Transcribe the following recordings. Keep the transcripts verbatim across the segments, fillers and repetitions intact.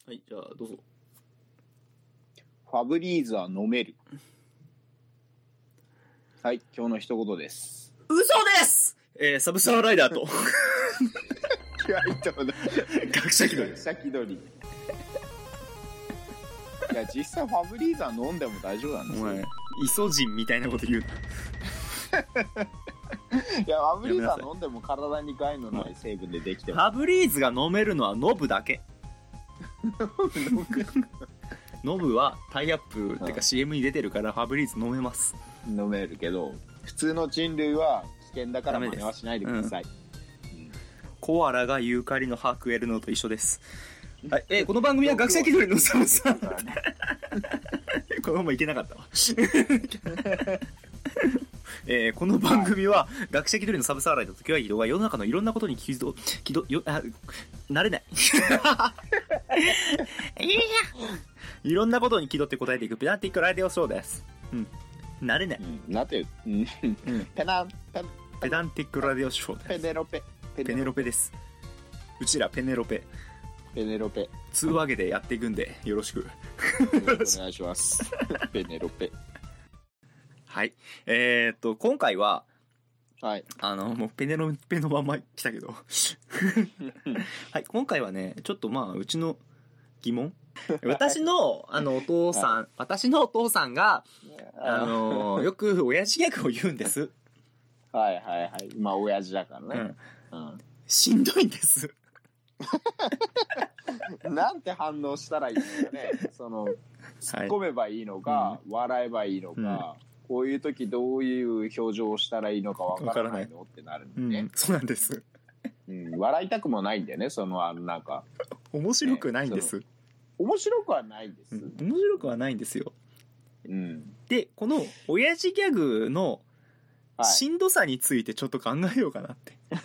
はい、じゃあどうぞ。 ファブリーズは飲める。はい、今日の一言です。 嘘です。えー、サブサーライダーと。 いや、いとだ。 学者気取り。 学者気取り。いや、実際ファブリーズは飲んでも大丈夫なんですよ。 お前、イソジンみたいなこと言うな。 いや、ファブリーズは飲んでも体に害のない成分でできてファブリーズが飲めるのはノブだけ。ノブはタイアップってか シーエム に出てるからファブリーズ飲めます。 飲めるけど、普通の人類は危険だから真似はしないでください。うん、 コアラがユーカリの葉食えるのと一緒です。はい、えー、この番組は学者気取りのサムさん。このままいけなかったわ。えー、この番組は学者気取りのサブサーライトとキュアヒドが世の中のいろんなことに気づきどよあ慣れないいろんなことに気取って答えていくペナンティックラディオショーです。うん、慣れない。 うん、なんていう、うん、ペナンペペナンティックラディオショーです。 ペネロペペネロペです。うちらペネロペペネロペ通話げでやっていくんでよろしくお願いします。ペネロペ。 はい、えー、っと今回は、 はい、 あのもうペネロペのまま来たけど、はい、今回はねちょっとまあうちの疑問、私のあのお父さん、はい、私のお父さんがあのよく親父ギャグを言うんです。 はいはいはい、まあ親父だからね。うんうん、 しんどいんです。 なんて反応したらいいのかね。その突っ込めばいいのか、はい、笑えばいいのか。うんこういう時どういう表情をしたらいいのかわからないのってなるんでね、 うん、そうなんです、 うん、笑いたくもないんだよね。そのあのなんか面白くないんです、 ね、面白くはないんです、うん、 面白くはないんですよ、 うん、 でこの親父ギャグのしんどさについてちょっと考えようかなって、はい、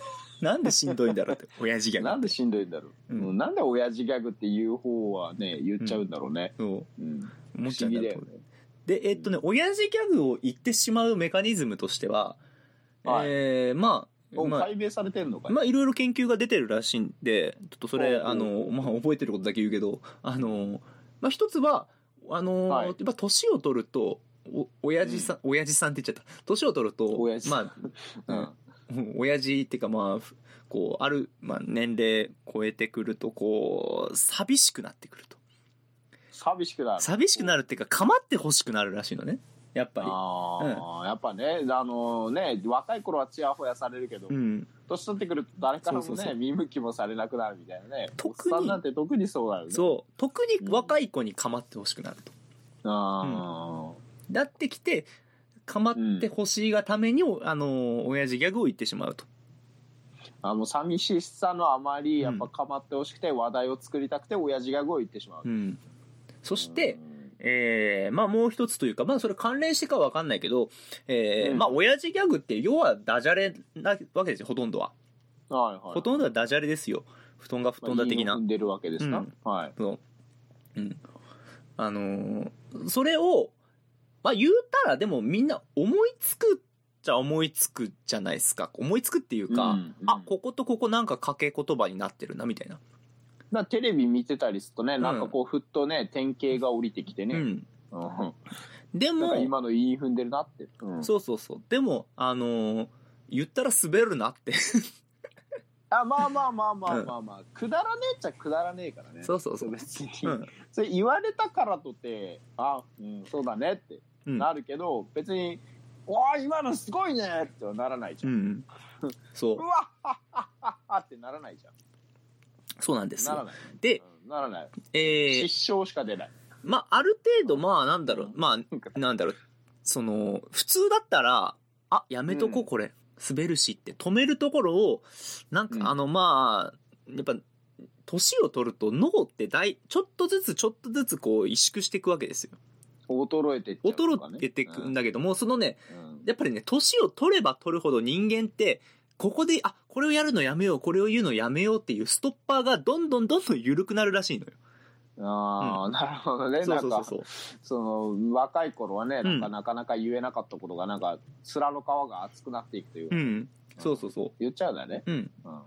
なんでしんどいんだろうって親父ギャグなんでしんどいんだろう、うん、なんで親父ギャグっていう方はね言っちゃうんだろうね、 うんそう、 うん、 思っちゃうんだよね。でえっとね、親父ギャグを言ってしまうメカニズムとしては、はい、えー、まあ、まあ、 解明されてんのかい。 まあいろいろ研究が出てるらしいんで、ちょっとそれあのまあ覚えてることだけ言うけど、あのまあ一つはあの、はい、やっぱ年を取るとお親父さん、うん、親父さんって言っちゃった。年を取るとまあ、うん、親父っていうかまあこうあるまあ年齢超えてくるとこう寂しくなってくると。 寂しくなる寂しくなるっていうか構ってほしくなるらしいのね、やっぱり。 あ、うん、やっぱねあのね若い頃はチヤホヤされるけど、うん、年取ってくると誰からもねそうそうそう見向きもされなくなるみたいなね。特におっさんなんて特にそうなるね。 そう特に若い子に構ってほしくなると、 うん、あうん、だってきて構ってほしいがために、うん、あの親父ギャグを言ってしまうと。 あの寂しさのあまりやっぱ構ってほしくて、うん、話題を作りたくて親父ギャグを言ってしまう、 うんそして、えー、まあもう一つというか、まあそれ関連してかは分かんないけど、えーうん、まあ親父ギャグって要はダジャレなわけですよ、ほとんどは。 はいはい、 ほとんどはダジャレですよ。布団が布団だ的な。 踏んでるわけですか、うん、はい。 そう。うん。あのー、それを、まあ言うたらでもみんな思いつくじゃ思いつくじゃないですか。思いつくっていうか、うんうん、あ、こことここなんか掛け言葉になってるなみたいな。 だテレビ見てたりするとね、うん、なんかこうふっとね典型が降りてきてね、うんうん、でも今のいい踏んでるなって、 うん、そうそうそう。でもあのー、言ったら滑るなってあまあまあまあまあまあまあ、うん、くだらねえっちゃくだらねえからね。 そうそうそう別に、うん、それ言われたからとってあ、うん、そうだねってなるけど、うん、別にわ今のすごいねってはならないじゃん、うん、 そううわはっはっはっはってならないじゃん。 そうなんですよ。 ならない。 で、 うん、ならない。 えー、 失笑しか出ない。 まあある程度まあなんだろう、まあなんだろう、その普通だったらあやめとこうこれ、うん、滑るしって止めるところをなんか、うん、あのまあやっぱ年を取ると脳って大ちょっとずつちょっとずつこう萎縮していくわけですよ。 衰えていっちゃうとかね。 衰えていくんだけども、うん、そのね、うん、やっぱりね年を取れば取るほど人間ってここであこれをやるのやめようこれを言うのやめようっていうストッパーがどんどんどんどん緩くなるらしいのよ。 ああ、うん、なるほどね。なんかその若い頃はね、なんかなかなか言えなかったことがなんか面の皮が厚くなっていくという、 うん、そうそうそう言っちゃうんだよね。 うん、うん、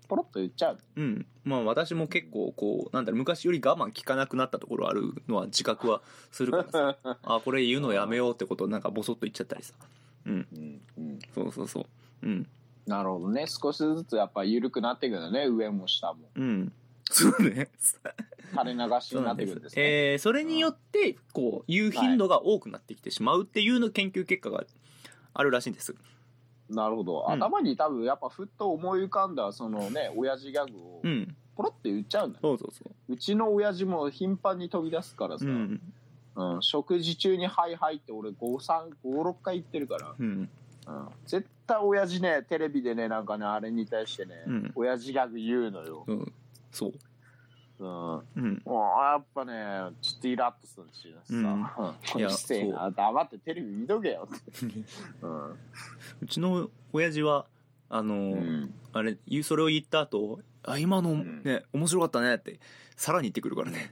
ポロッと言っちゃう。 うんまあ私も結構こうなんだろう昔より我慢効かなくなったところあるのは自覚はするからさあこれ言うのやめようってことをなんかボソッと言っちゃったりさうん、うんうん、そうそうそううんなるほどね少しずつやっぱ緩くなっていくんだね上も下もうんそうね垂れ流しになっていくんですねそえー、それによってこう言う頻度が多くなってきてしまうっていうの研究結果があるらしいんです。 なるほど、うん、頭に多分やっぱふっと思い浮かんだそのね親父ギャグをポロって言っちゃうんだ、 うん、そうそうそううちの親父も頻繁に飛び出すからさ、うんうん、食事中にハイハイって俺ご、ろっかい言ってるから、うんうん、絶対親父ねテレビでねなんかねあれに対してね、うん、親父ギャグ言うのよ、うん、 そううんうん、もうやっぱねちょっとイラッとするしさ、うん、この姿勢な黙ってテレビ見とけよって、 うん、うちの親父はあの、うん、あれそれを言った後あ今のね、うん、面白かったねってさらに言ってくるからね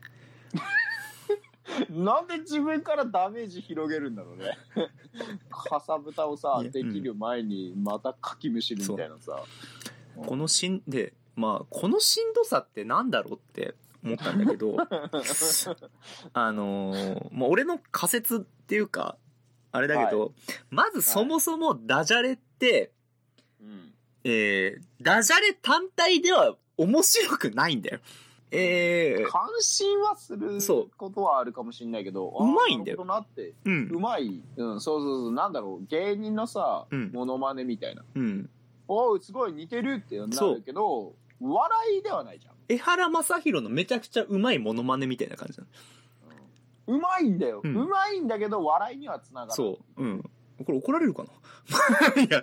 なんで自分からダメージ広げるんだろうねかさぶたをさできる前にまたかきむしるみたいなさ、 うん、このしんでまあこのしんどさってなんだろうって思ったんだけどあのー、まあ俺の仮説っていうかあれだけど、はい、まずそもそもダジャレって、はいえー、ダジャレ単体では面白くないんだよ。えー、 関心はすることはあるかもしれないけど、 うまいんだよ。 なって、うん、うまい、うん、そうそうそう、なんだろう、芸人のさ、うん、モノマネみたいな。うん、おう、すごい似てるってなるけど、笑いではないじゃん。 江原正宏のめちゃくちゃうまいモノマネみたいな感じなの。 うまいんだよ、うん、うまいんだけど笑いにはつながる。 そう、うん。これ怒られるかな。いや、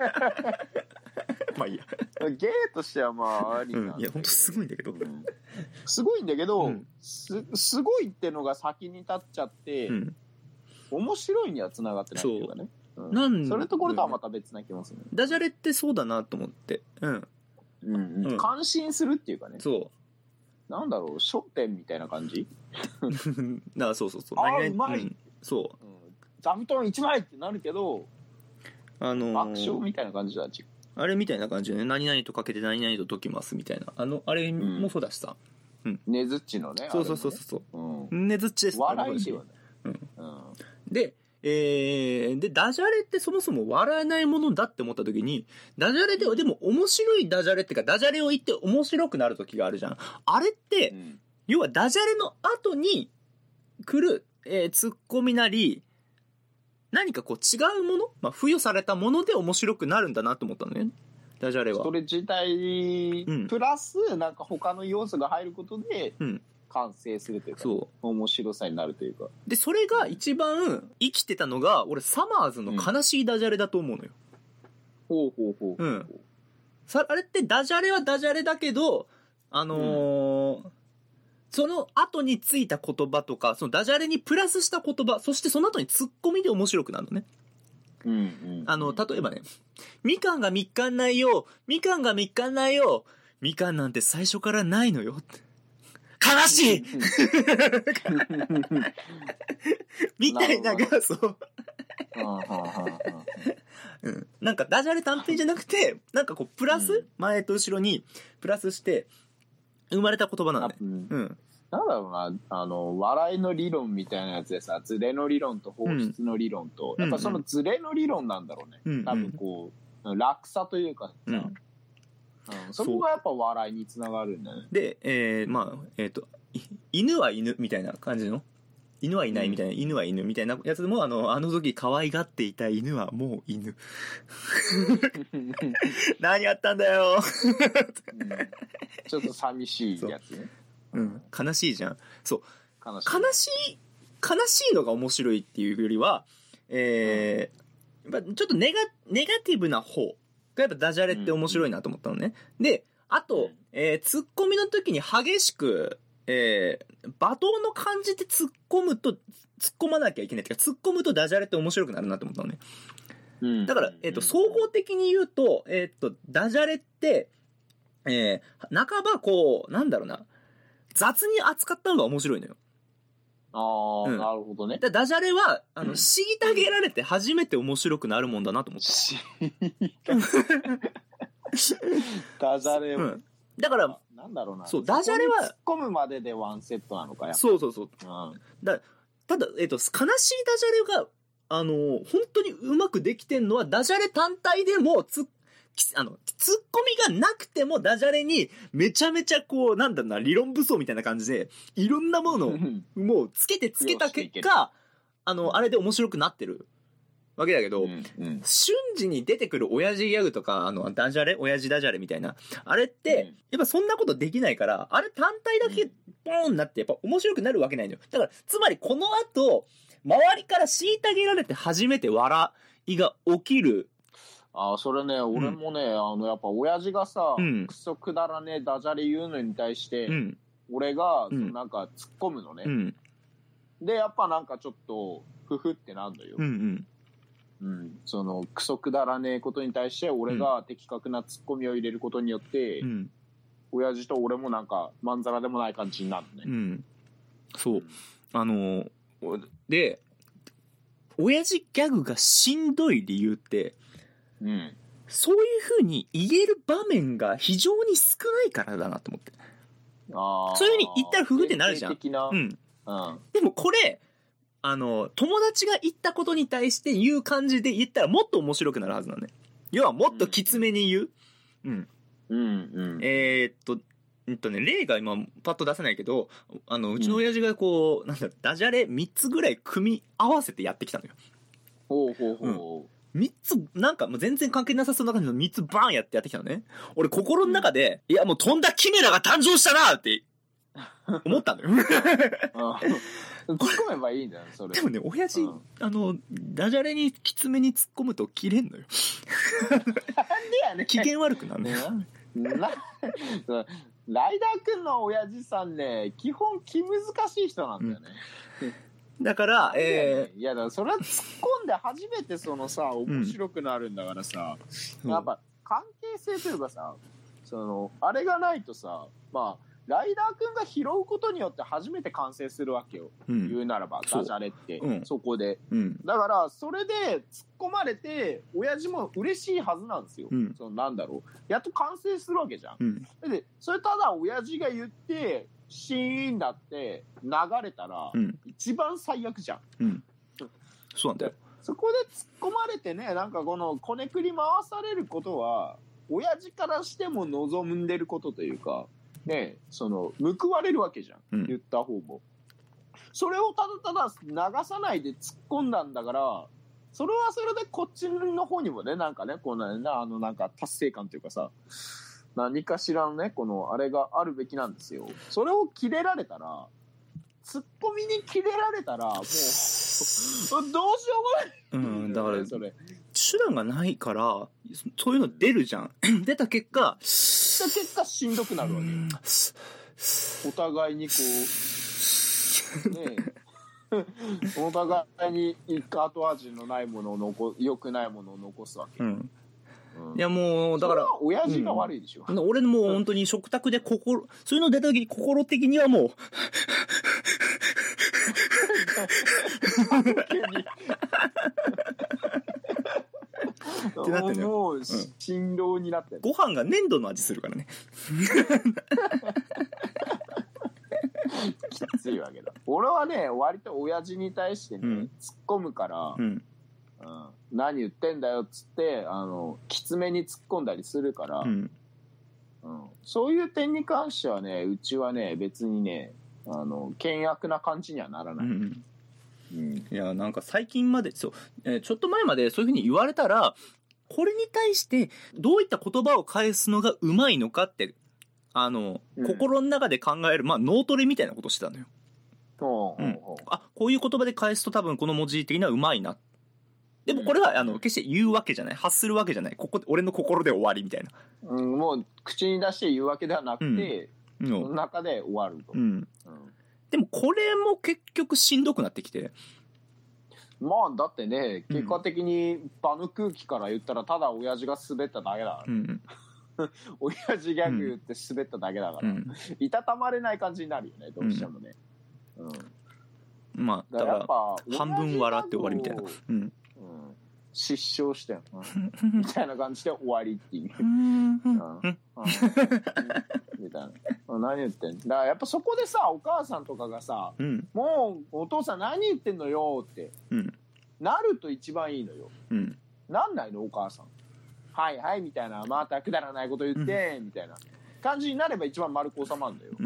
まあいいや。 芸としてはまあありなんだけど、うん、 いや本当すごいんだけど、うん、 すごいんだけど、うん、すすごいってのが先に立っちゃって、うん、面白いにはつながってないっていうかね。そう、うん、なんそれとこれとはまた別な気もする、ね。 ダジャレってそうだなと思って、うん、 うんうんうん、感心するっていうかね。 そう。 なんだろう、笑点みたいな感じ。 だからそうそうそう。 ああうまい、うん、 そう、 うん。座布団いちまいってなるけど、 あのー、 爆笑みたいな感じだ。 あれみたいな感じでね、何々とかけて何々と解きますみたいな、あのあれもそうだしさ。 うん。ねずっちのね。 そうそうそうそう。うん。ねずっちです。 笑いではない。 うん。うん。で。えー、でダジャレってそもそも笑えないものだって思った時にダジャレではでも面白いダジャレっていうかダジャレを言って面白くなる時があるじゃん。あれって、うん、要はダジャレの後に来る、えー、ツッコミなり何かこう違うもの、まあ、付与されたもので面白くなるんだなと思ったのねダジャレは。 それ自体、うん、プラスなんか他の要素が入ることで、うん完成するというか、そう面白さになるというか。 でそれが一番生きてたのが俺サマーズの悲しいダジャレだと思うのよ。 ほうほうほう。 うん。さあれってダジャレはダジャレだけどあのーうん、その後についた言葉とかそのダジャレにプラスした言葉そしてその後にツッコミで面白くなるのね。 うんうん、 あの例えばねみかんがみかんないよみかんがみかんないよみかんなんて最初からないのよって悲しいみたいながそううん、なんかダジャレ単品じゃなくてなんかこうプラス、うん、前と後ろにプラスして生まれた言葉なんだよ、うんうん、 なんだろうなあの笑いの理論みたいなやつでさズレの理論と放出の理論と、うん、やっぱそのズレの理論なんだろうね、うん、多分こう落差というかさ、うんうん、そこがやっぱ笑いにつながるんだね。 で、えー、まあえっ、ー、と犬は犬みたいな感じの犬はいないみたいな、うん、犬は犬みたいなやつでもあのあの時可愛がっていた犬はもう犬何やったんだよ、 うん、ちょっと寂しいやつね。 う、うん、悲しいじゃん。そう悲しい悲しい悲しいのが面白いっていうよりは、えーうん、やっぱちょっとネガネガティブな方がやっぱダジャレって面白いなと思ったのね、うん、であと、えー、ツッコミの時に激しく、えー、罵倒の感じで突っ込むと突っ込まなきゃいけないっていうか突っ込むとダジャレって面白くなるなと思ったのね、うん、だから、えーと、総合的に言うと、えーと、ダジャレって、えー、半ばこうなんだろうな雑に扱ったのが面白いのよ。 ああ、うん、なるほどね。 ダジャレはあの、うん、虐げられて初めて面白くなるもんだなと思った。 ダジャレを、うん、 だからなんだろうな、 そうダジャレは突っ込むまででワンセットなのかや。 そうそうそう、うん、だただ、えっと、悲しいダジャレがあの本当にうまくできてんのはダジャレ単体でもつあのツッコミがなくてもダジャレにめちゃめちゃこうなんだろうな理論武装みたいな感じでいろんなものをもうつけてつけた結果あのあれで面白くなってるわけだけど、うんうん、瞬時に出てくる親父ギャグとかあのダジャレ親父ダジャレみたいなあれって、うん、やっぱそんなことできないからあれ単体だけポーンなってやっぱ面白くなるわけないのよ。だからつまりこの後周りから虐げられて初めて笑いが起きる。 ああ、それね、俺もね、うん、あの、やっぱ親父がさ、うん、クソくだらねえダジャレ言うのに対して、うん、俺が、そのなんか突っ込むのね、うん。で、やっぱなんかちょっと、ふふってなんだよ。うんうん。うん。その、クソくだらねえことに対して、俺が的確な突っ込みを入れることによって、うん、親父と俺もなんか、まんざらでもない感じになるのね。 うん。そう。あの、で、親父ギャグがしんどい理由って、うん、そういう風に言える場面が非常に少ないからだなと思って。あそういう風に言ったらフフってなるじゃん。うん。うん、でもこれあの友達が言ったことに対して言う感じで言ったらもっと面白くなるはずなんだね。要はもっときつめに言う。うん。うんうん。えー、っと。うんとね、例が今パッと出せないけどあのうちの親父がこう、うん、なんだダジャレみっつぐらい組み合わせてやってきたのよ。ほうほうほう。うんみっつなんかもう全然関係なさそうな感じのみっつバーンやってやってきたのね。俺心の中で、うん、いやもう飛んだキメラが誕生したなって思ったのよ。 突っ込めばいいんだよそれ。 でもね親父、うん、あのダジャレにきつめに突っ込むと切れんのよ。なんでやねん。機嫌悪くなるのよ。 なライダーくんの親父さんね基本気難しい人なんだよね。 うんだから、えー、いやだからそれは突っ込んで初めてそのさ面白くなるんだからさ、うん、やっぱ関係性というかさそのあれがないとさまあライダーくんが拾うことによって初めて完成するわけよ、うん、言うならばダジャレって そ,、うん、そこで、うん、だからそれで突っ込まれて親父も嬉しいはずなんですよ、うん、そのなんだろうやっと完成するわけじゃん、うん、でそれただ親父が言ってシーンだって流れたら、うん、一番最悪じゃん、うん、 そうなんだよ。 そこで突っ込まれてねなんかこのこねくり回されることは親父からしても望んでることというかねその報われるわけじゃん、うん、言った方もそれをただただ流さないで突っ込んだんだからそれはそれでこっちの方にもねなんかねこうなあのなんか達成感というかさ何かしらのねこのあれがあるべきなんですよ。それを切れられたらツッコミに切れられたらもうどうしようもない、 うん、だからそれ手段がないからそういうの出るじゃん。出た結果出た結果しんどくなるわけよ。お互いにこうねえお互いに後味のないものを残良くないものを残すわけ、うんいやもうだから親父が悪いでしょ、 うん、俺もう本当に食卓で心そういうの出た時に心的にはもうってなってんのよ。 もう辛労になってる、 ご飯が粘土の味するからね。 きついわけだ。俺はね割と親父に対してね、うん、突っ込むから、うんうん、何言ってんだよっつってあのきつめに突っ込んだりするから、うんうん、そういう点に関してはねうちはね別にねあの険悪な感じにはならない、うんうん、いやなんか最近までそう、えー、ちょっと前までそういう風に言われたらこれに対してどういった言葉を返すのがうまいのかってあの、うん、心の中で考える、まあ、脳トレみたいなことしてたのよ、うんうん、あこういう言葉で返すと多分この文字的にはうまいなでもこれはあの決して言うわけじゃない発するわけじゃないここ俺の心で終わりみたいな、 うん、もう口に出して言うわけではなくて、うん、その中で終わると、うんうん、 でもこれも結局しんどくなってきてまあだってね結果的に場の空気から言ったらただ親父が滑っただけだから、うん親父ギャグ言って滑っただけだから、うん、いたたまれない感じになるよねどうしてもね、うんうん、まあだから半分笑って終わりみたいな、うんうん、 失笑したよ、うん、みたいな感じで終わりっていう、うんうん、みたいな何言ってんだからやっぱそこでさお母さんとかがさ、うん、もうお父さん何言ってんのよって、うん、なると一番いいのよ、うん、なんないのお母さんはいはいみたいなまたくだらないこと言って、うん、みたいな感じになれば一番丸く収まるんだよ、うん、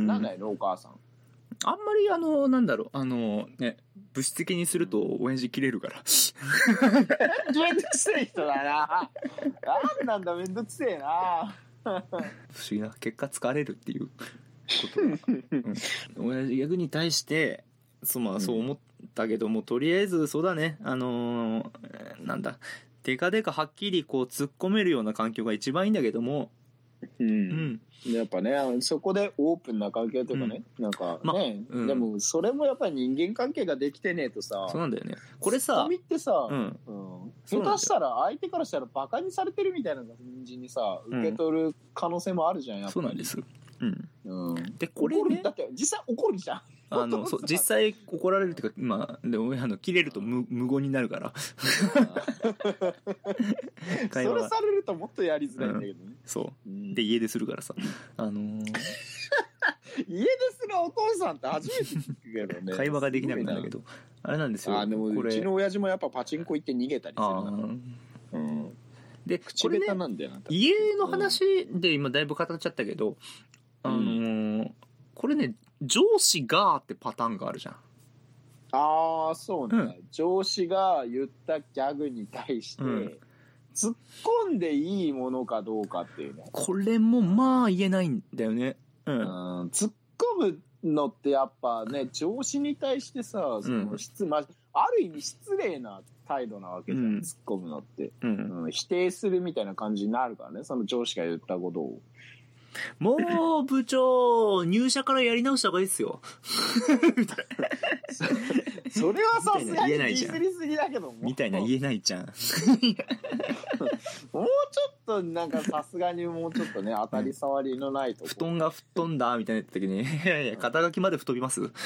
なんないのお母さんあんまりあのなんだろうあのね物質的にすると親父切れるからめんどくせえ人だななんなんだめんどくせえな不思議な結果疲れるっていうことが、うん、親父逆に対してそう、まあ、そう思ったけども、うん、とりあえずそうだねあのー、なんだデカデカはっきりこう突っ込めるような環境が一番いいんだけどもうん、うん、やっぱねそこでオープンな関係というかね、うん、なんかね、まうん、でもそれもやっぱり人間関係ができてねえとさそうなんだよねこれさツッコミってさ、うんうん、下手したら相手からしたらバカにされてるみたいな感じにさ受け取る可能性もあるじゃんやっぱりそうなんですうんうん、でこれねだって実際怒るじゃんあのそう実際怒られるっていうか今でもあの切れると 無, 無言になるからそれされるともっとやりづらいんだけどね、うん、 そう、うん、で家でするからさあのー、 家でするお父さんって初めて聞くけどね会話ができなくなるけどあれなんですよあでもこれうちの親父もやっぱパチンコ行って逃げたりするなうん、 で口下手なんだよな、ね、家の話で今だいぶ語っちゃったけど、うん、あのー、これね上司がってパターンがあるじゃんああそうね、うん、上司が言ったギャグに対して、うん、突っ込んでいいものかどうかっていうねこれもまあ言えないんだよね、うん、 うん突っ込むのってやっぱね上司に対してさその質、うんまあ、ある意味失礼な態度なわけじゃん、うん、突っ込むのって、うんうん、否定するみたいな感じになるからねその上司が言ったことをもう部長入社からやり直した方がいいですよそ, それはさすがにディスりすぎだけどもみたいな言えないじゃんもうちょっとなんかさすがにもうちょっとね当たり障りのないとこ、 布団が吹っ飛んだみたいな時にいやいや肩書きまで吹っ飛びます吹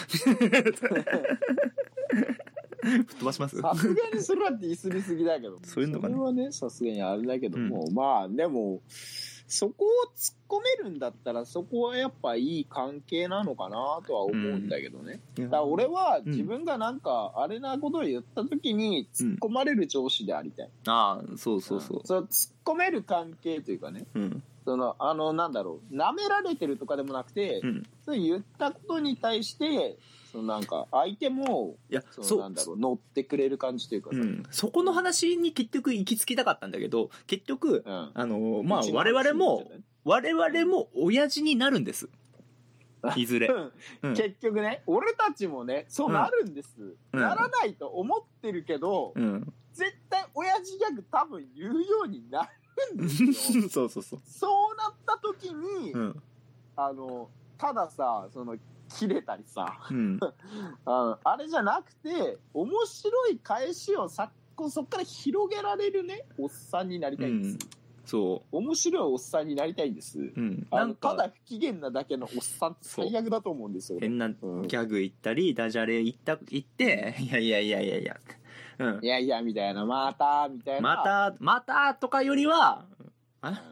っ飛ばしますさすがにそれはディスりすぎだけどそういうのかねそれはねさすがにあれだけども、うん、まあでもそこを突っ込めるんだったらそこはやっぱいい関係なのかなとは思うんだけどね、うん、だから俺は自分がなんかあれなことを言った時に突っ込まれる上司でありたい、 うん、ああそうそうそう、 うん、その突っ込める関係というかね、うん、そのあのなんだろう舐められてるとかでもなくて、うん、それ言ったことに対してそのなんか相手もいやそのなんだろう乗ってくれる感じというかさ、うん、 そこの話に結局行き着きたかったんだけど結局、うん、あのまあ我々も我々も親父になるんですいずれ、 うん、結局ね俺たちもねそうなるんです、うん、ならないと思ってるけど、うん、絶対親父ギャグ多分言うようになるんですよそうそうそうそうなった時に、うん、あのたださその切れたりさ、うん、あ, あれじゃなくて面白い返しをさそっから広げられるねおっさんになりたいんです、うん、 そう面白いおっさんになりたいんです、うん、あのただ不機嫌なだけのおっさんって最悪だと思うんですよ変なギャグ言ったり、うん、ダジャレ言った言っていやいやいやいやいや、 うん、いやいやみたいなまたみたいなまたまたとかよりはあ、うん、い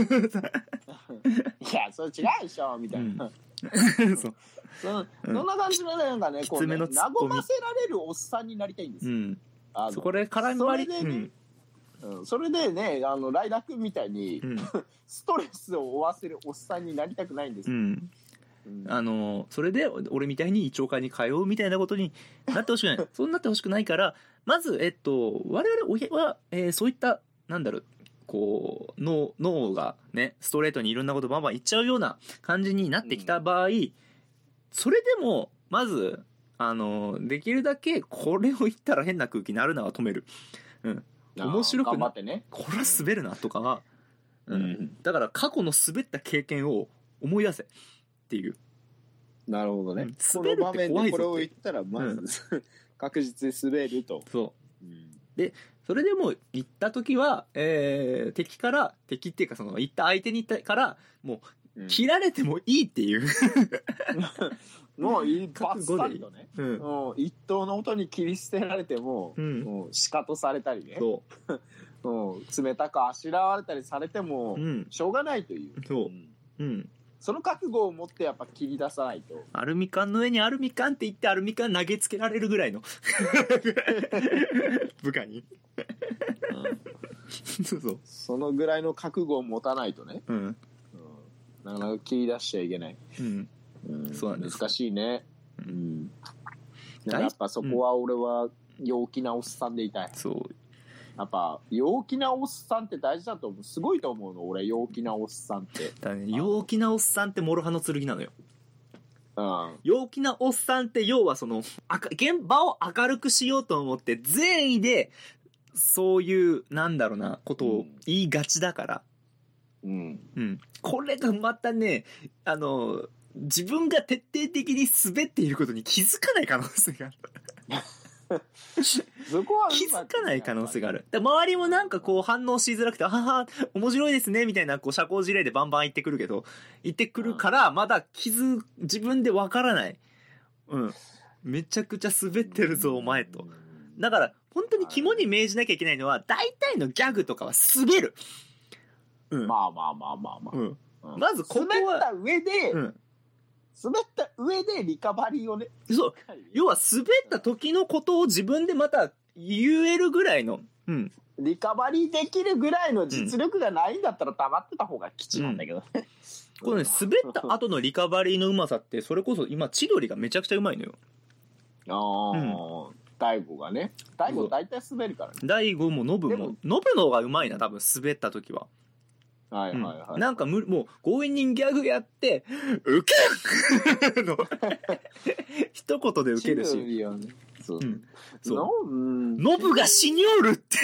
やそれ違うでしょみたいな、うん、そうそ, のそんな感じのなんかね、こうね和ませられるおっさんになりたいんですよ、うん、あのそこで絡まりそれでね、うんうん、それでねあのライダー君みたいに、うん、ストレスを負わせるおっさんになりたくないんですよ、うんうん、あのそれで俺みたいに胃腸科に通うみたいなことになってほしくないそうなってほしくないからまず、えっと、我々親は、えー、そういったなんだろうこう 脳, 脳がねストレートにいろんなことバンバン言っちゃうような感じになってきた場合、うんそれでもまずあのできるだけこれを言ったら変な空気になるのは止める、うん、面白くなってねこれは滑るなとかは、うんうん、だから過去の滑った経験を思い出せっていうなるほどね、うん、滑るって怖いぞってこの場面でこれを言ったらまず、うん、確実に滑るとそう、うん、でそれでも言った時は、えー、敵から敵っていうかその言った相手にからもううん、 切られてもいいっていうもういいバッサリとね、 うん、 もう一刀の音に切り捨てられても、うん、もうシカトされたりね、そうもう冷たくあしらわれたりされても、うん、しょうがないという、 そう、うん、 その覚悟を持ってやっぱ切り出さないと。 アルミ缶の上にアルミ缶って言ってアルミ缶投げつけられるぐらいの部下に、 うん、そうそう、そのぐらいの覚悟を持たないとね、うんうん、なかなか切り出しちゃいけない、うんうん、そうなんです。難しいね、うん、やっぱそこは俺は陽気なおっさんでいたい、うん、そうやっぱ陽気なおっさんって大事だと思う。すごいと思うの俺、陽気なおっさんって。 だ、ね、陽気なおっさんって諸刃の剣なのよ、うん、陽気なおっさんって要はその現場を明るくしようと思って善意でそういうなんだろうなことを言いがちだから、うんうん、これがまたね、あの自分が徹底的に滑っていることに気づかない可能性があるそこは気づかない可能性がある。で周りもなんかこう反応しづらくて、はは面白いですねみたいなこう社交辞令でバンバン言ってくるけど、言ってくるからまだ気づ自分でわからない。うん。めちゃくちゃ滑ってるぞお前と。だから本当に肝に銘じなきゃいけないのは、大体のギャグとかは滑る。 うん。まあまあまあまあまあ。うん。 うん、まずここは滑った上で。うん。滑った上でリカバリーをね、 そう、要は滑った時のことを自分でまた言えるぐらいの、うん、 リカバリーできるぐらいの実力がないんだったら黙ってた方が吉なんだけどね、うん、 このね滑った後のリカバリーのうまさってそれこそ今千鳥がめちゃくちゃうまいのよ。 ああ、うん、大悟がね、大悟大体滑るからね。 大悟もノブもノブの方がうまいな多分滑った時は。はいはいはい、うん、なんかむもう強引にギャグやってウケるの一言でウケるし、ね、そう、うん、そうノブが死におるって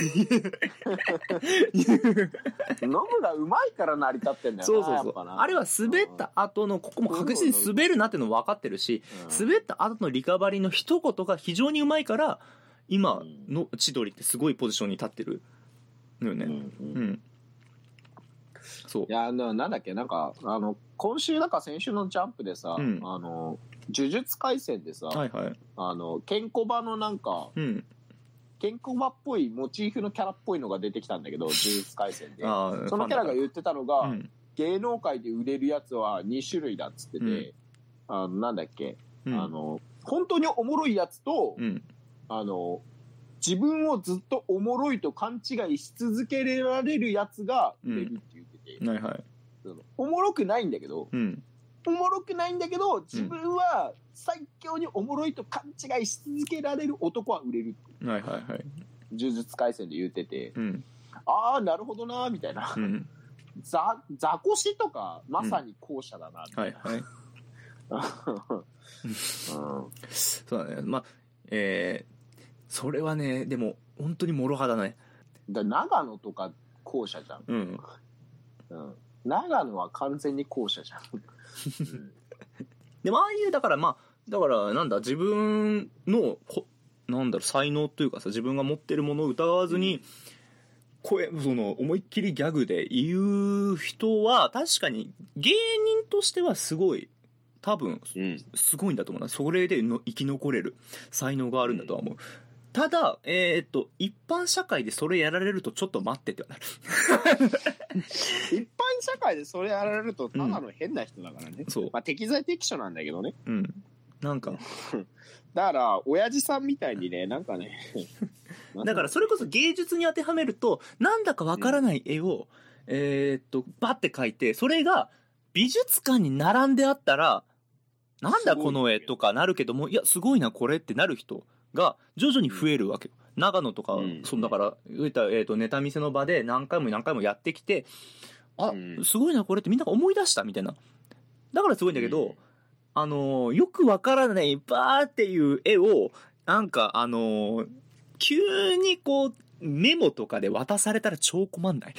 ノブがうまいから成り立ってんだよな。 そうそうそう、あれは滑った後のここも確実に滑るなっていうの分かってるし、うん、滑った後のリカバリーの一言が非常にうまいから今の千鳥ってすごいポジションに立ってるのよね。うん、うんうんそういやなんだっけ、なんかあの今週だか先週のジャンプでさ、うん、あの呪術廻戦でさ、はいはい、あのケンコバのなんか、うん、ケンコバっぽいモチーフのキャラっぽいのが出てきたんだけど呪術廻戦でそのキャラが言ってたのが、うん、芸能界で売れるやつはに種類だっつってて、うん、あのなんだっけ、うん、あの本当におもろいやつと、うん、あの自分をずっとおもろいと勘違いし続けられるやつが売れるって言ってて、うんはいはい、おもろくないんだけど、うん、おもろくないんだけど自分は最強におもろいと勘違いし続けられる男は売れるって、はいはいはい、呪術廻戦で言ってて、うん、ああなるほどなみたいな、うん、ザザコシとかまさに後者だなみたいな、うん、はいはいうん、そうだね、まあえーそれはねでも本当に諸刃だね。 だ長野とか後者じゃん、うんうん、長野は完全に後者じゃんでもああいうだからまあだからなんだ自分のこなんだろう才能というかさ自分が持ってるものを疑わずに声その思いっきりギャグで言う人は確かに芸人としてはすごい多分すごいんだと思うな。それでの生き残れる才能があるんだとは思う、うんただ、えー、っと、一般社会でそれやられるとちょっと待ってってなる。 一般社会でそれやられるとただの変な人だからね。うん、そう。まあ適材適所なんだけどね。 うん。なんか。 だから、親父さんみたいにね、なんかね。 だからそれこそ芸術に当てはめると、なんだかわからない絵を、うん、えー、っと、バッて描いて、それが美術館に並んであったら、なんだこの絵とかなるけども、いや、すごいな、これってなる人。が徐々に増えるわけよ。長野とか、うん、そのだから言った、えーとネタ見せの場で何回も何回もやってきて、あ、うん、すごいなこれってみんなが思い出したみたいな。だからすごいんだけど、うん、あのー、よくわからないバーっていう絵をなんかあのー、急にこうメモとかで渡されたら超困んない。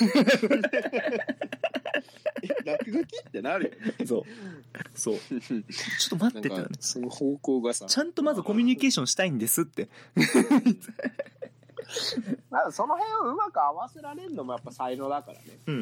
落書きってなるよね。 そうそうちょっと待ってってなる。 その方向がさちゃんとまずコミュニケーションしたいんですってなんかその辺をうまく合わせられるのもやっぱ才能だからね。 うん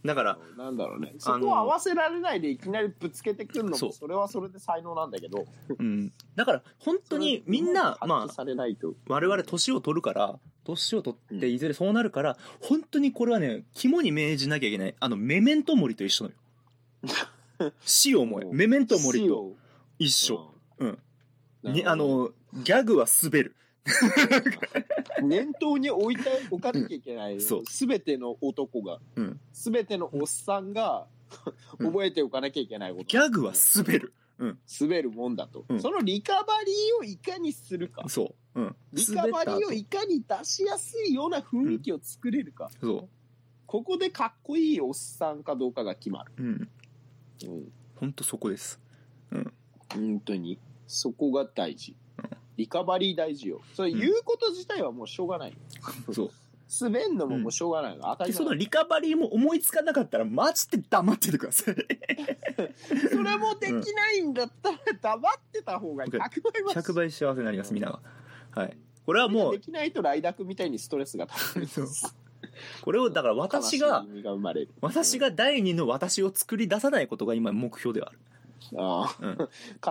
だからなんだろうね、そこを合わせられないでいきなりぶつけてくるのもそそれはそれで才能なんだけど、 うん、だから本当にみんなまあ我々年を取るから年を取っていずれそうなるから、うん、本当にこれはね肝に銘じなきゃいけない。あのメメントモリと一緒のよ死を思えメメントモリと一緒、うん、にあのギャグは滑る念頭に置いておかなきゃいけない、すべての男が、すべ、うん、てのおっさんが覚えておかなきゃいけないこと、 ギャグは滑る、うん、 滑るもんだと、うん、そのリカバリーをいかにするか、 そう、うん、 リカバリーをいかに出しやすいような雰囲気を作れるか、 うん、そうここでかっこいいおっさんかどうかが決まる。うん。 うん。本当そこです。うん。 本当にそこが大事。リカバリー大事よ。それ言うこと自体はもうしょうがない。 うん、そう。 滑んのももうしょうがないの。 うん、当たり前。そのリカバリーも思いつかなかったらマジで黙っててください。 それもできないんだったら黙ってた方がひゃくばいひゃくばい幸せになります、みんなが。はい。これはもうできないとライダクみたいにストレスがたまる。 これをだから私が私が第二の私を作り出さないことが今目標ではある。 ああ、うん、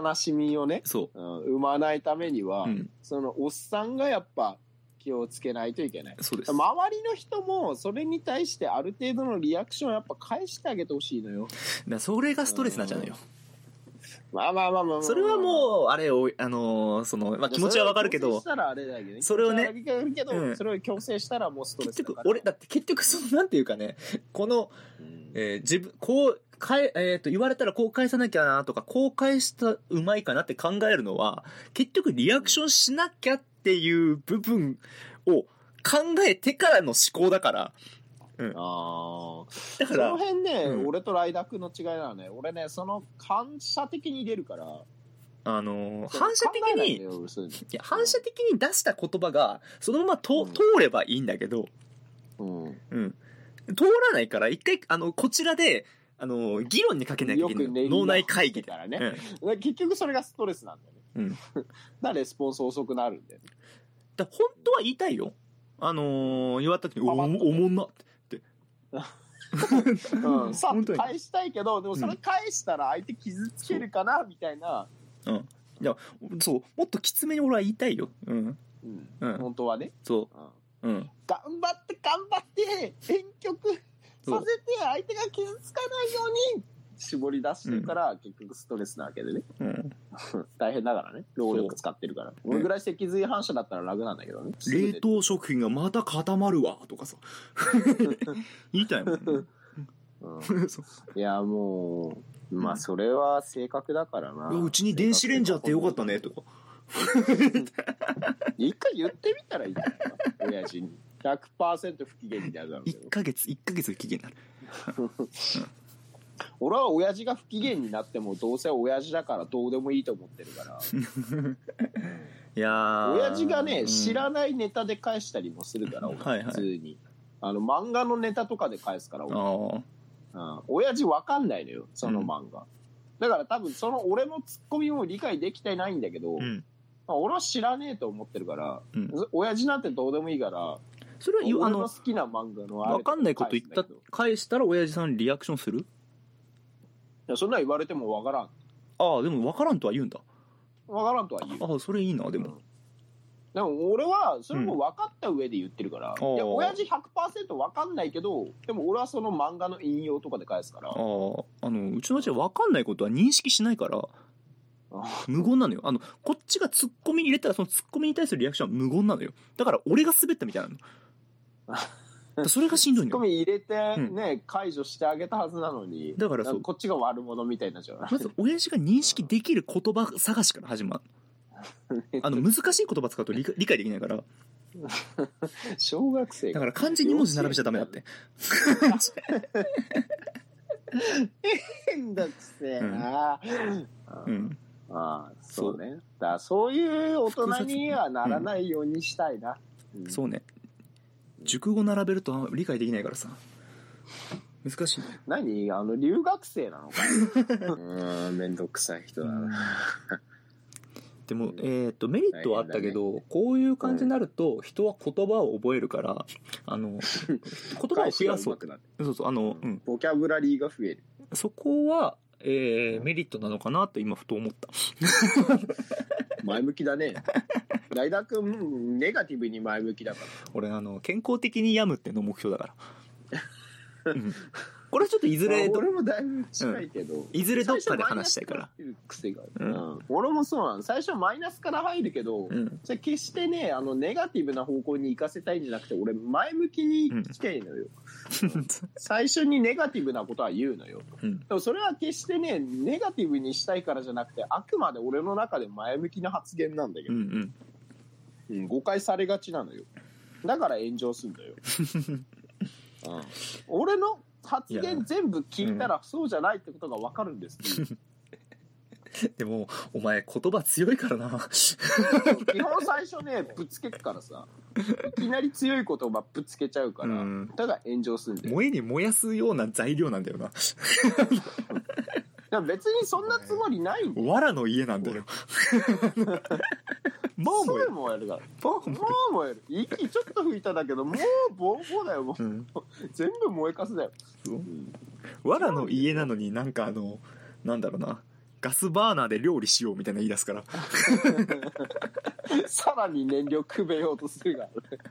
悲しみをね、 そう、 うん、生まないためには、うん、そのおっさんがやっぱ気をつけないといけない。 そうです。 周りの人もそれに対してある程度のリアクションをやっぱ返してあげてほしいのよ。 だそれがストレスなんじゃないよ。 まあまあまあまあ、まあ、 それはもうあれをあのー、そのまあ気持ちはわかるけど、 それを強制したらあれだけどね。 それをね、 うん、それを強制したらもうストレスだから。 結局俺だって結局そのなんていうかね、この、うんえー、自分こうかええー、と言われたらこう返さなきゃなとかこう返したらうまいかなって考えるのは結局リアクションしなきゃっていう部分を考えてからの思考だから。うん、 あだからその辺ね、うん、俺とライダクの違いなのね。俺ねその反射的に入れるから、 あのー、反射的にいや反射的に出した言葉がそのままと、うん、通ればいいんだけど、うんうん、通らないから一回あのこちらであの議論にかけなきゃいけない。脳内会議でからね、うん、結局それがストレスなんだよね、うん、だからレスポンス遅くなるんだよね。 だ本当は言いたいよ。あのー、言われた時におおもんなってうん、さっ返したいけどでもそれ返したら相手傷つけるかな、うん、みたいな、 うん、いやそうもっときつめに俺は言いたいよ、うんうん、本当はねそう、うん、 頑張って頑張って編曲させて相手が傷つかないように絞り出してるから、うん、結局ストレスなわけでね、うん、大変だからね労力使ってるからこれぐらい脊髄反射だったら楽なんだけどね。 冷凍食品がまた固まるわとかさ言いたいもん、ねうん、いやもうまあそれは性格だからな。 うちに電子レンジャーってよかったねとか一回言ってみたらいいんじゃないか親父に ひゃくパーセント 不機嫌になるだろうけどいっかげついっかげつ不機嫌になる俺は親父が不機嫌になってもどうせ親父だからどうでもいいと思ってるからいや親父がね、うん、知らないネタで返したりもするから俺、はいはい、普通にあの漫画のネタとかで返すから俺、うん、親父わかんないのよその漫画、うん、だから多分その俺のツッコミも理解できてないんだけど、うんまあ、俺は知らねえと思ってるから、うん、親父なんてどうでもいいからそれは俺の好きな漫画のあれわかんないこと言った返したら親父さんリアクションする？いやそんな言われてもわからん。 ああでもわからんとは言うんだ。 わからんとは言う。 ああそれいいなでも、うん、 でも俺はそれも分かった上で言ってるから、うん、いや親父 ひゃくパーセント 分かんないけどでも俺はその漫画の引用とかで返すから。あああのうちの親父は分かんないことは認識しないから無言なのよ。あのこっちがツッコミ入れたらそのツッコミに対するリアクションは無言なのよ。だから俺が滑ったみたいなのそれがしんどいのよ。 ツッコミ入れてね、うん、解除してあげたはずなのにだからそうこっちが悪者みたいになっちゃう。 まず親父が認識できる言葉探しから始まるあの難しい言葉使うと理解、理解できないから小学生だから漢字に文字並べちゃダメだって変だっせえな、うん、うん、ああそうね。だからそういう大人にはならないようにしたいな、 うんうん、そうね。熟語並べると理解できないからさ難しい。 何あの留学生なのかうんめんどくさい人だなでも、えー、とメリットはあったけど、ね、こういう感じになると人は言葉を覚えるから、うん、あの言葉を増やそうそうそうあの、 うん、ボキャブラリーが増える。 そこは、えー、メリットなのかなと今ふと思った前向きだね。ライダー君ネガティブに前向きだから。 俺あの健康的に病むっていうの目標だから、うん、これはちょっといずれ俺もだいぶ近いけど、うん、 いずれどっかで話したいから。 癖がある、うんうん、俺もそうなの。最初マイナスから入るけど、うん、じゃ決してねあのネガティブな方向に行かせたいんじゃなくて俺前向きに行きたいのよ、うん、最初にネガティブなことは言うのよ、うん、でもそれは決してねネガティブにしたいからじゃなくてあくまで俺の中で前向きな発言なんだけど、うんうんうん、誤解されがちなのよ。だから炎上するんだよ、うん、俺の発言全部聞いたらそうじゃないってことが分かるんです、うんでもお前言葉強いからな基本最初ねぶつけっからさいきなり強い言葉ぶつけちゃうから、うん、だから炎上するんだよ。 燃えに燃やすような材料なんだよな別にそんなつもりないんだよ。 藁の家なんだよもう燃える燃えるからもう燃える息ちょっと吹いただけどもうボーボーだよもう、うん、全部燃えかすだよ、うん、 藁の家なのになんかあのなんだろうなガスバーナーで料理しようみたいな言い出すからさらに燃料くべようとするから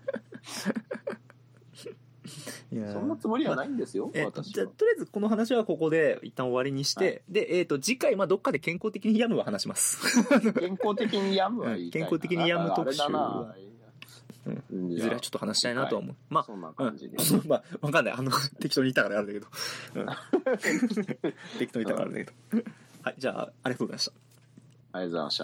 いやそんなつもりはないんですよ、まあ、私は。 じゃあとりあえずこの話はここで一旦終わりにして、はい、で、えーと次回まあどっかで健康的に病むは話します健康的に病むは言いたいな。 健康的に病む特集はうん、いずれはちょっと話したいなとは思う。まあそんな感じで、うん、まあわかんないあの適当に言ったからあれだけど、うん、適当に言ったからあれだけどはいじゃあありがとうございました。 ありがとうございました。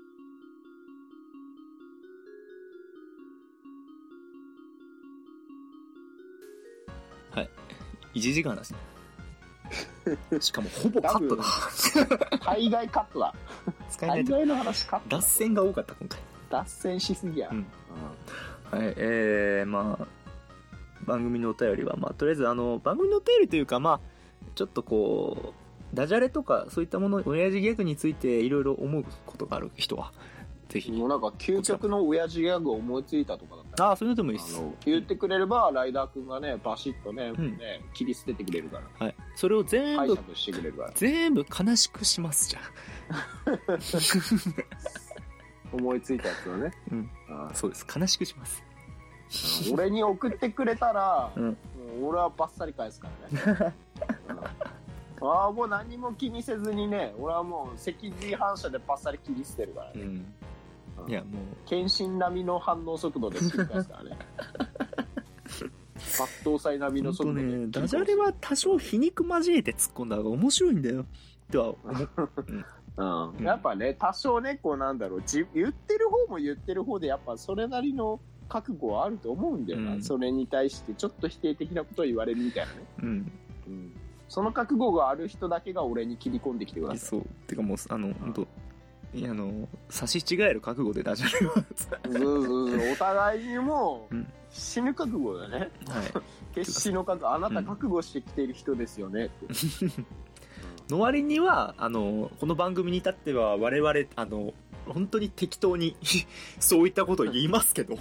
はいいちじかんだし、ね、しかもほぼカットだ大概カットだ使えないと大概の話カットだ。 脱線が多かった今回。 脱線しすぎや、うんうん、はいえー、まあ番組のお便りはまあとりあえずあの番組のお便りというかまあちょっとこうダジャレとかそういったもの親父ギャグについていろいろ思うことがある人はぜひ。 もうなんか究極の親父ギャグを思いついたとかだったらああそういうのでもいいです。 言ってくれればライダーくんがねバシッとね、うん、ね切り捨ててくれるから、 はい、それを全部解釈してくれるから全部悲しくしますじゃん思いついたやつをね、 うん、あそうです悲しくします俺に送ってくれたら、うん、もう俺はバッサリ返すからねああもう何も気にせずにね俺はもう脊髄反射でバッサリ切り捨てるからね、うんうん、いやもう謙信並みの反応速度で切り返すからね抜刀斎並みの速度で、ね、 ダジャレは多少皮肉交えて突っ込んだ方が面白いんだよとは思う、うんうんうん、やっぱね多少ねこうなんだろうじ言ってる方も言ってる方でやっぱそれなりの覚悟はあると思うんだよな、うん、それに対してちょっと否定的なことを言われるみたいなね、うんうん、その覚悟がある人だけが俺に切り込んできてください。 そうてかもうあの本当いやあの差し違える覚悟でダジャレはそうそうそうお互いにもう死ぬ覚悟だね、はい、決死の覚悟あなた覚悟してきてる人ですよねって、うんの割にはあのこの番組に至っては我々あの本当に適当にそういったことを言いますけど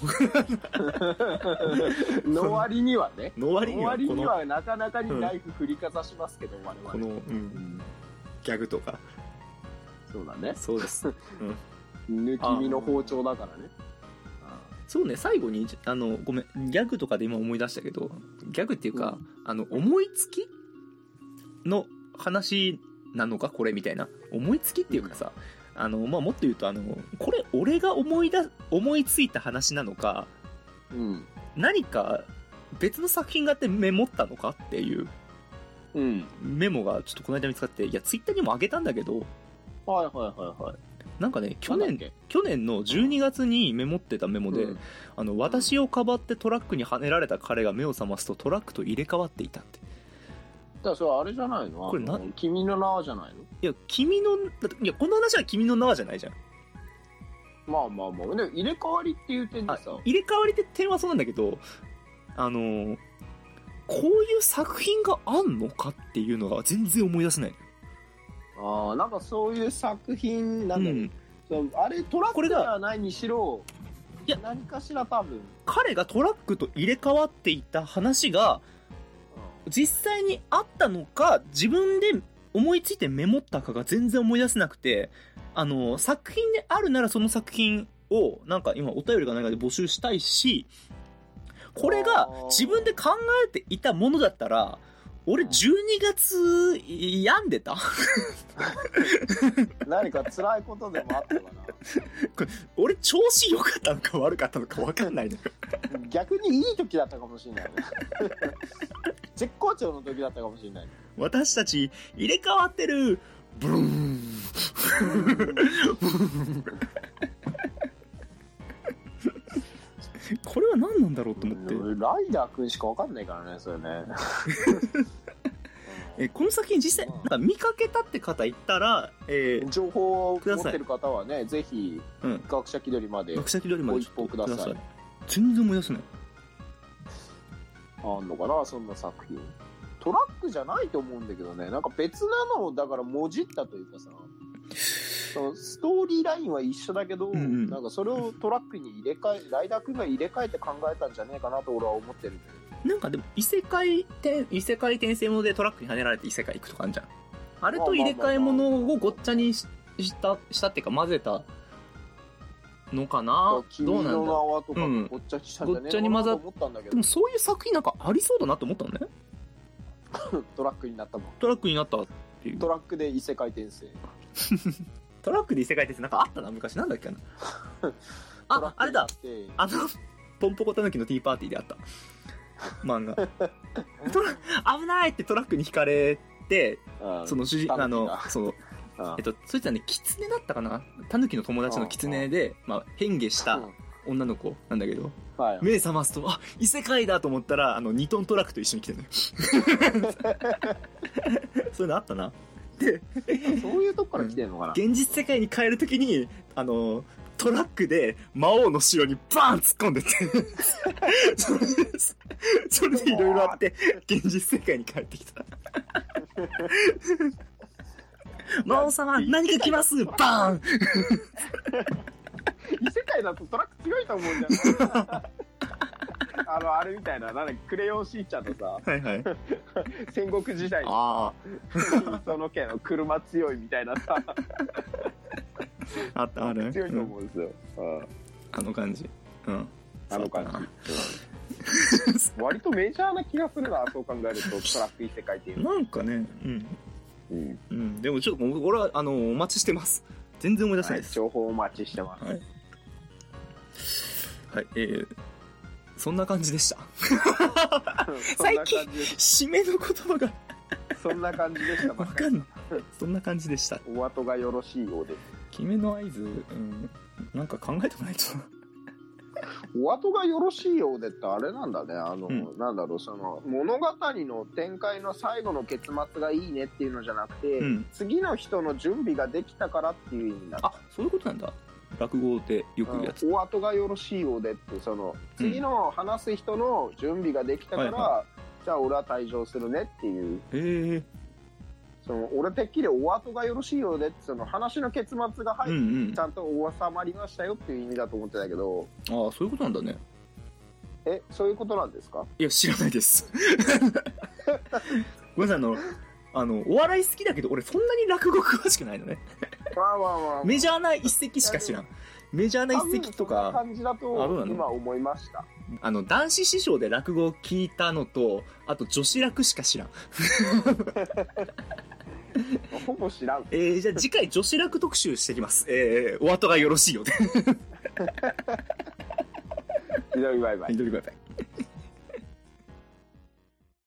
の割にはねの割にはの割にはなかなかにナイフ振りかざしますけど、うん、我々 この、うんうん、ギャグとかそうだねそうです、 うん、抜き身の包丁だからね。 そうね最後にあのごめんギャグとかで今思い出したけどギャグっていうか、うん、あの思いつきの話なのかこれみたいな思いつきっていうかさ、うん、あのまあもっと言うとあのこれ俺が思いだ思いついた話なのか、うん、何か別の作品があってメモったのかっていう、うん、メモがちょっとこの間見つかっていやツイッターにも上げたんだけどはいはいはいはいなんかね去年去年のじゅうにがつにメモってたメモで、うん、あの私をかばってトラックにはねられた彼が目を覚ますとトラックと入れ替わっていたって。 だからそれあれじゃないのこれな君の名はじゃないの。 いや君のいやこの話は君の名はじゃないじゃん。 まあまあまあで入れ替わりっていう点でさ入れ替わりって点はそうなんだけどあのこういう作品があんのかっていうのが全然思い出せない。 ああなんかそういう作品なんだろう、うん、 そうあれトラックではないにしろ、いや何かしら多分彼がトラックと入れ替わっていた話が実際にあったのか、自分で思いついてメモったかが全然思い出せなくて、あの作品であるならその作品をなんか今お便りがないかで募集したいし、これが自分で考えていたものだったら俺じゅうにがつ病んでた何か辛いことでもあったかな俺調子良かったのか悪かったのか分かんないのよ逆にいい時だったかもしれない絶好調の時だったかもしれない。 私たち入れ替わってるブルーンこれは何なんだろうと思って、 ライダーくんしか分かんないからねそれねえこの作品実際なんか見かけたって方いたら、えー、 情報を持ってる方はねぜひ、うん、学者気取りまで学者気取りまでご一報ください。 ください。全然思い出せない。 あんのかなそんな作品。トラックじゃないと思うんだけどね、なんか別なのをだからもじったというかさ、そのストーリーラインは一緒だけど、うんうん、なんかそれをトラックに入れ替えライダーくんが入れ替えて考えたんじゃねえかなと俺は思ってるんだけど、 なんかでも異世界転異世界転生ものでトラックに跳ねられて異世界行くとかあるじゃん。あれと入れ替え物をごっちゃにし た, したっていうか混ぜたのかな。どうなんだ。君の名はとかごっちゃにしたんじゃねえかなと思ったんだけど、でもそういう作品なんかありそうだなと思ったのねトラックになったもん。 トラックになったっていう。 トラックで異世界転生トラックで異世界転生なんかあったな昔。なんだっけなあ、あれだ、あのポンポコタヌキのティーパーティーであった漫画トラ危ないってトラックに引かれて、その主人あのそのえっとそいつはねキツネだったかな、タヌキの友達のキツネで、まあ変化した女の子なんだけど、はい、目覚ますとあ異世界だと思ったらあのにトントラックと一緒に来てるのよそういうのあったな。でそういうとこから来てんのかな、 うん、現実世界に帰るときにあのトラックで魔王の城にバーン突っ込んでってそれでそれでいろいろあって現実世界に帰ってきた魔王様何か来ますバーン異世界だとトラック強いと思うんじゃないあのあれみたいな、なんだクレヨンしーちゃんのさ、はいはい、戦国時代のその家の車強いみたいなさあったある強いと思うんですよ、 うん、あの感じ、うん、 あの感じ、うん、割とメジャーな気がするなそう考えるとトラック異世界っていうなんかね、うんうんうん、でもちょっと俺はあのお待ちしてます。全然思い出せないです、 はい、情報お待ちしてます。 はい、はい、えーそんな感じでした最近締めの言葉がそんな感じでした。 わかんないそんな感じでした。 お後がよろしいようです。 決めの合図、うん、なんか考えてもないとお後がよろしいようでってあれなんだね、あの、うん、なんだろう、その物語の展開の最後の結末がいいねっていうのじゃなくて、うん、次の人の準備ができたからっていう意味なんだ。 あ、そういうことなんだ。落語でよく言うやつ、 うん、お後がよろしいようでってその次の話す人の準備ができたから、うんはいはい、じゃあ俺は退場するねっていう、へえ、その俺てっきりお後がよろしいようでってその話の結末が入って、うんうん、ちゃんと収まりましたよっていう意味だと思ってたけど、 ああそういうことなんだね。 え、そういうことなんですか？ いや知らないですごめんなさい、あのあのお笑い好きだけど俺そんなに落語詳しくないのねまあまあまあ、 メジャーな一席しか知らん。メジャーな一席とか感じだと今思いました。 あの男子師匠で落語を聞いたのとあと女子落しか知らんほぼ知らん。 えー、じゃあ次回女子落特集してきます。えー、お後がよろしいようでひどいバイバイ。 ひどいバイバイ。